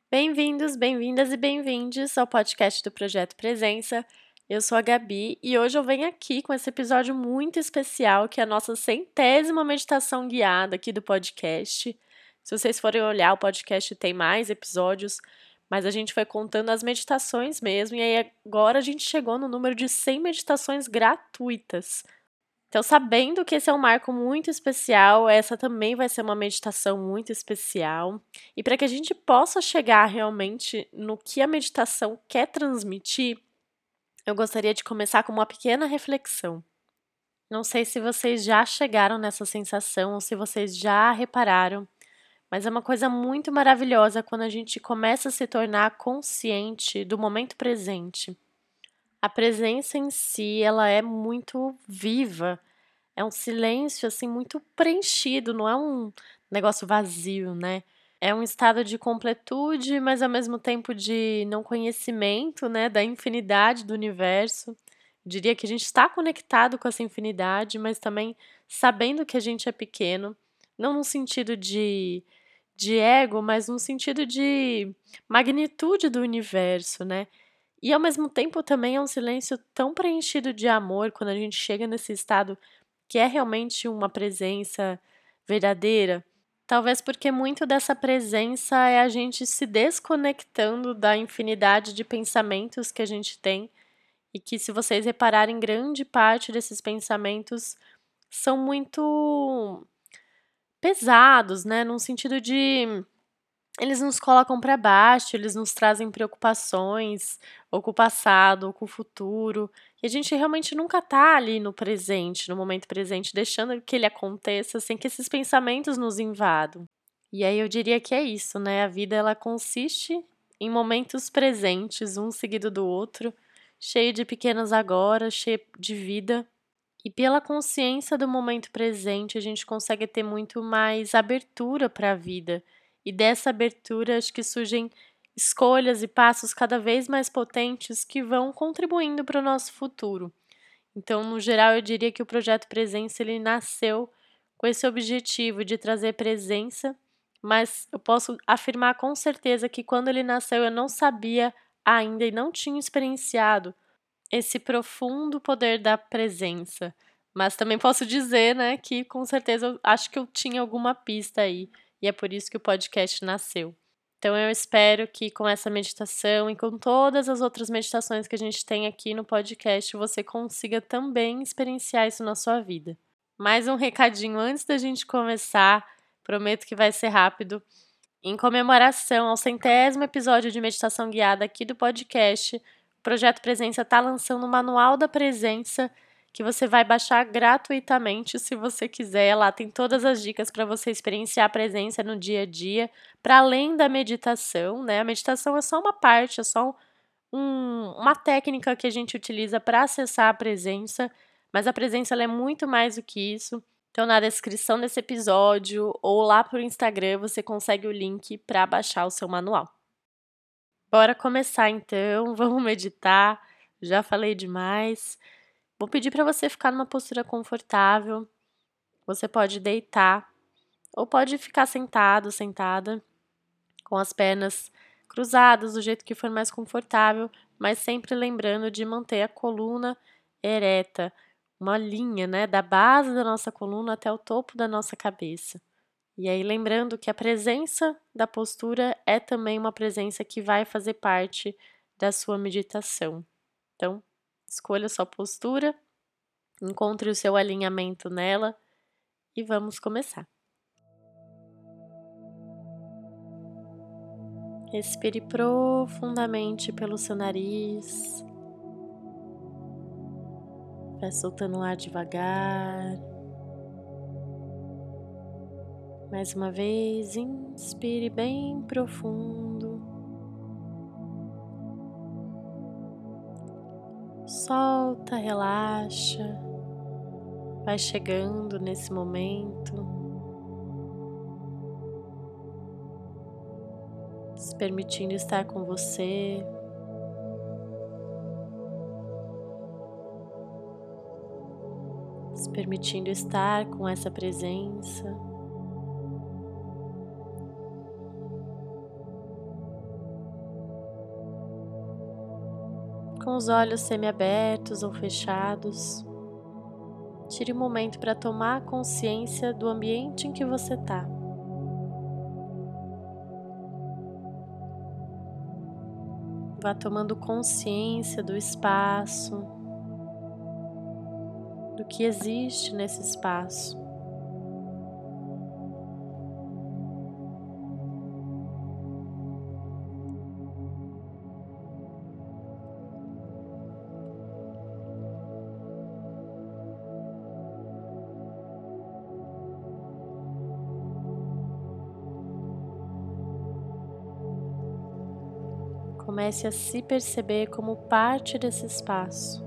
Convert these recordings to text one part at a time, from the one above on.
Bem-vindos, bem-vindas e bem-vindes ao podcast do Projeto Presença. Eu sou a Gabi e hoje eu venho aqui com esse episódio muito especial, que é a nossa 100ª meditação guiada aqui do podcast. Se vocês forem olhar, o podcast tem mais episódios, mas a gente foi contando as meditações mesmo, e aí agora a gente chegou no número de 100 meditações gratuitas. Então, sabendo que esse é um marco muito especial, essa também vai ser uma meditação muito especial. E para que a gente possa chegar realmente no que a meditação quer transmitir, eu gostaria de começar com uma pequena reflexão. Não sei se vocês já chegaram nessa sensação ou se vocês já repararam, mas é uma coisa muito maravilhosa quando a gente começa a se tornar consciente do momento presente. A presença em si, ela é muito viva. É um silêncio, assim, muito preenchido, não é um negócio vazio, né. É um estado de completude, mas ao mesmo tempo de não conhecimento, né, da infinidade do universo. Diria que a gente está conectado com essa infinidade, mas também sabendo que a gente é pequeno, não num sentido de ego, mas num sentido de magnitude do universo, né. E ao mesmo tempo também é um silêncio tão preenchido de amor quando a gente chega nesse estado que é realmente uma presença verdadeira, talvez porque muito dessa presença é a gente se desconectando da infinidade de pensamentos que a gente tem e que, se vocês repararem, grande parte desses pensamentos são muito pesados, né? Num sentido de eles nos colocam para baixo, eles nos trazem preocupações, ou com o passado, ou com o futuro, e a gente realmente nunca tá ali no presente, no momento presente, deixando que ele aconteça sem que esses pensamentos nos invadam. E aí eu diria que é isso, né? A vida ela consiste em momentos presentes, um seguido do outro, cheio de pequenos agora, cheio de vida. E pela consciência do momento presente, a gente consegue ter muito mais abertura para a vida. E dessa abertura, acho que surgem escolhas e passos cada vez mais potentes que vão contribuindo para o nosso futuro. Então, no geral, eu diria que o projeto Presença ele nasceu com esse objetivo de trazer presença, mas eu posso afirmar com certeza que quando ele nasceu eu não sabia ainda e não tinha experienciado esse profundo poder da presença. Mas também posso dizer, né, que com certeza eu acho que eu tinha alguma pista aí, e é por isso que o podcast nasceu. Então eu espero que com essa meditação e com todas as outras meditações que a gente tem aqui no podcast, você consiga também experienciar isso na sua vida. Mais um recadinho antes da gente começar, prometo que vai ser rápido. Em comemoração ao 100º episódio de meditação guiada aqui do podcast, o Projeto Presença está lançando o Manual da Presença, que você vai baixar gratuitamente se você quiser. Lá tem todas as dicas para você experienciar a presença no dia a dia, para além da meditação, né? A meditação é só uma parte, é só uma técnica que a gente utiliza para acessar a presença, mas a presença ela é muito mais do que isso. Então, na descrição desse episódio ou lá pro Instagram, você consegue o link para baixar o seu manual. Bora começar então, vamos meditar. Já falei demais. Vou pedir para você ficar numa postura confortável. Você pode deitar ou pode ficar sentado, sentada, com as pernas cruzadas, do jeito que for mais confortável, mas sempre lembrando de manter a coluna ereta, uma linha, né, da base da nossa coluna até o topo da nossa cabeça. E aí lembrando que a presença da postura é também uma presença que vai fazer parte da sua meditação. Então, escolha sua postura, encontre o seu alinhamento nela e vamos começar. Respire profundamente pelo seu nariz. Vai soltando o ar devagar. Mais uma vez, inspire bem profundo. Solta, relaxa. Vai chegando nesse momento. Se permitindo estar com você. Se permitindo estar com essa presença. Com os olhos semiabertos ou fechados, tire um momento para tomar consciência do ambiente em que você está. Vá tomando consciência do espaço, do que existe nesse espaço. Comece a se perceber como parte desse espaço.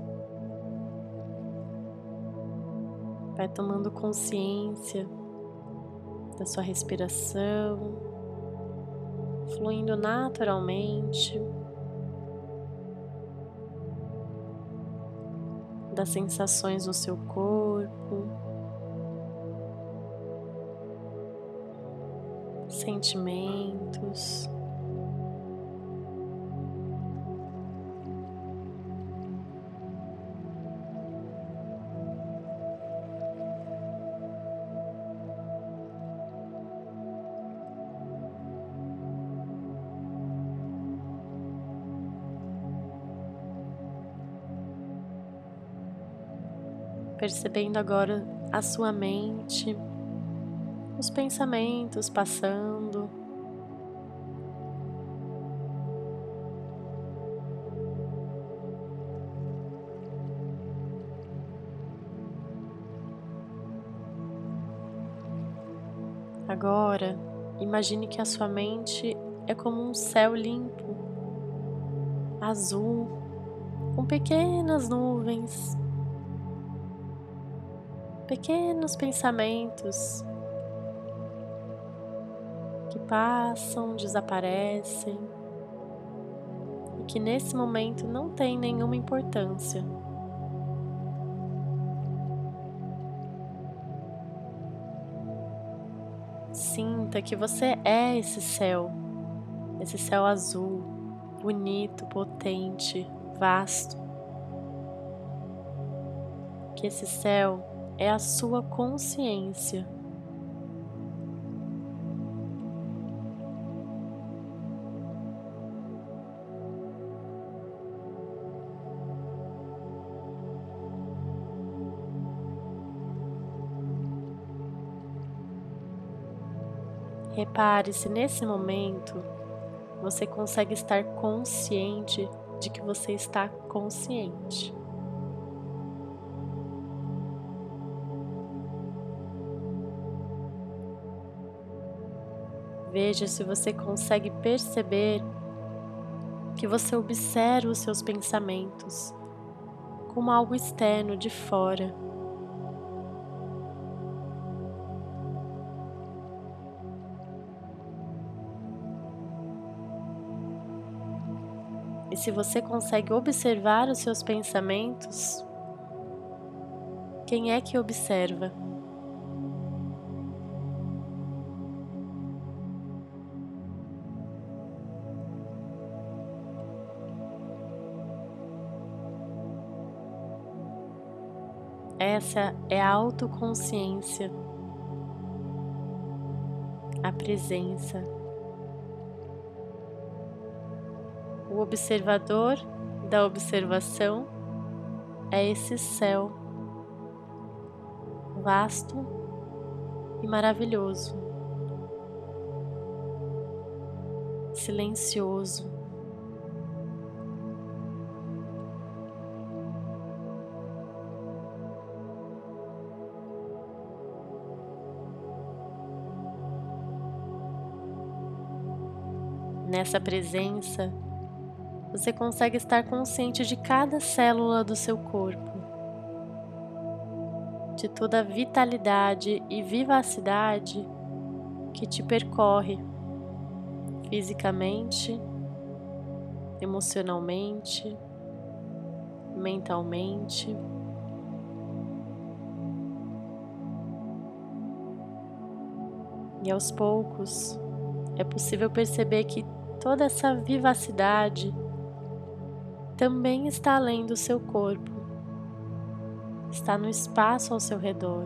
Vai tomando consciência da sua respiração, fluindo naturalmente, das sensações no seu corpo, sentimentos. Percebendo agora a sua mente, os pensamentos passando. Agora, imagine que a sua mente é como um céu limpo, azul, com pequenas nuvens, pequenos pensamentos que passam, desaparecem e que nesse momento não têm nenhuma importância. Sinta que você é esse céu azul, bonito, potente, vasto. Que esse céu é a sua consciência. Repare se nesse momento você consegue estar consciente de que você está consciente. Veja se você consegue perceber que você observa os seus pensamentos como algo externo de fora. E se você consegue observar os seus pensamentos, quem é que observa? Essa é a autoconsciência, a presença. O observador da observação é esse céu vasto e maravilhoso, silencioso. Nessa presença, você consegue estar consciente de cada célula do seu corpo, de toda a vitalidade e vivacidade que te percorre fisicamente, emocionalmente, mentalmente. E aos poucos é possível perceber que toda essa vivacidade também está além do seu corpo, está no espaço ao seu redor.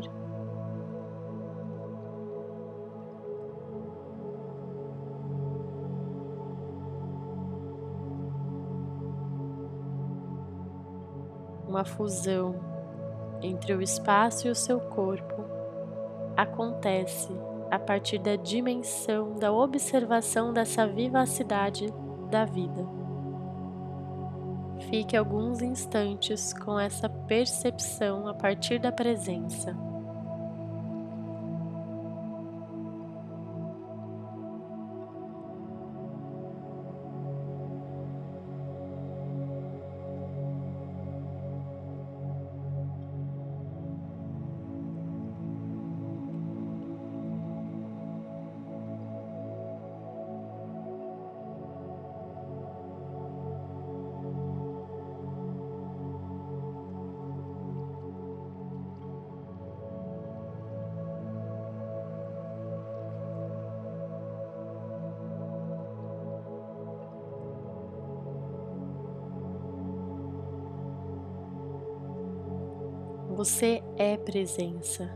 Uma fusão entre o espaço e o seu corpo acontece a partir da dimensão da observação dessa vivacidade da vida. Fique alguns instantes com essa percepção a partir da presença. Você é presença.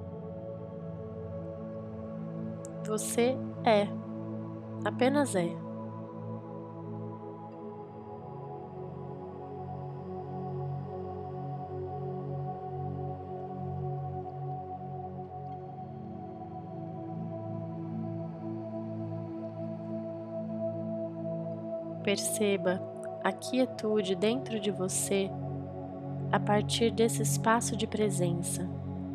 Você é, apenas é. Perceba a quietude dentro de você a partir desse espaço de presença.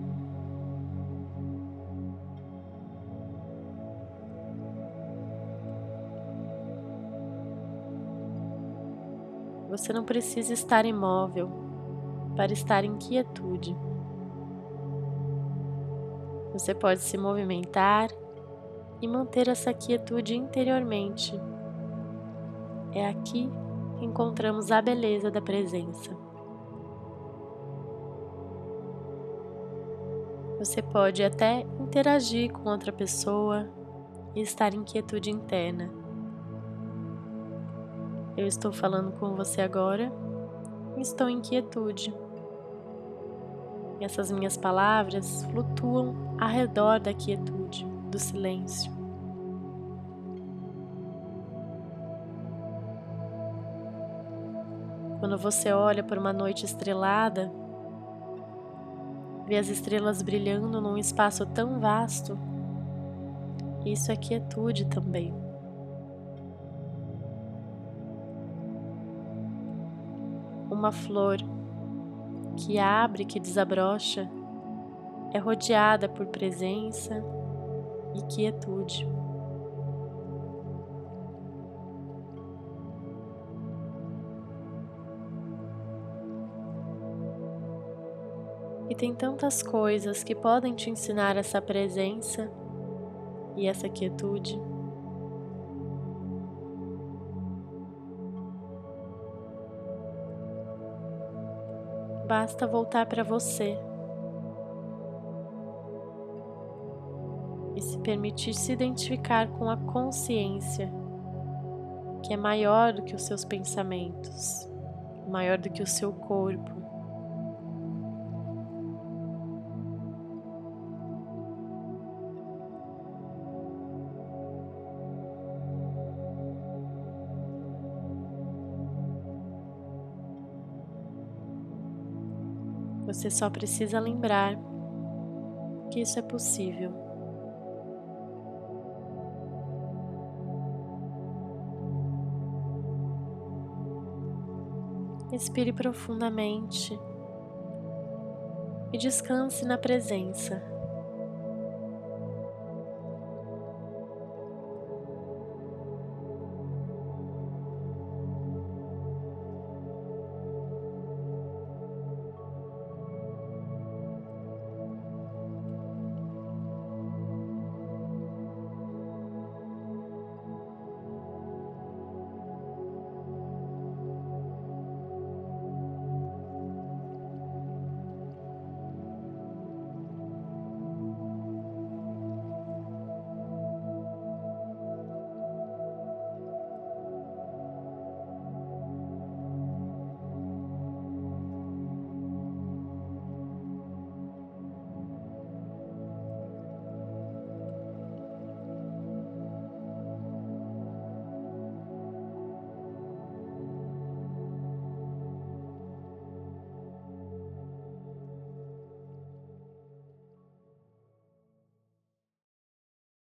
Você não precisa estar imóvel para estar em quietude. Você pode se movimentar e manter essa quietude interiormente. É aqui que encontramos a beleza da presença. Você pode até interagir com outra pessoa e estar em quietude interna. Eu estou falando com você agora e estou em quietude. E essas minhas palavras flutuam ao redor da quietude, do silêncio. Quando você olha por uma noite estrelada, vê as estrelas brilhando num espaço tão vasto, isso é quietude também. Uma flor que abre, que desabrocha, é rodeada por presença e quietude. E tem tantas coisas que podem te ensinar essa presença e essa quietude. Basta voltar para você e se permitir se identificar com a consciência, que é maior do que os seus pensamentos, maior do que o seu corpo. Você só precisa lembrar que isso é possível. Respire profundamente e descanse na presença.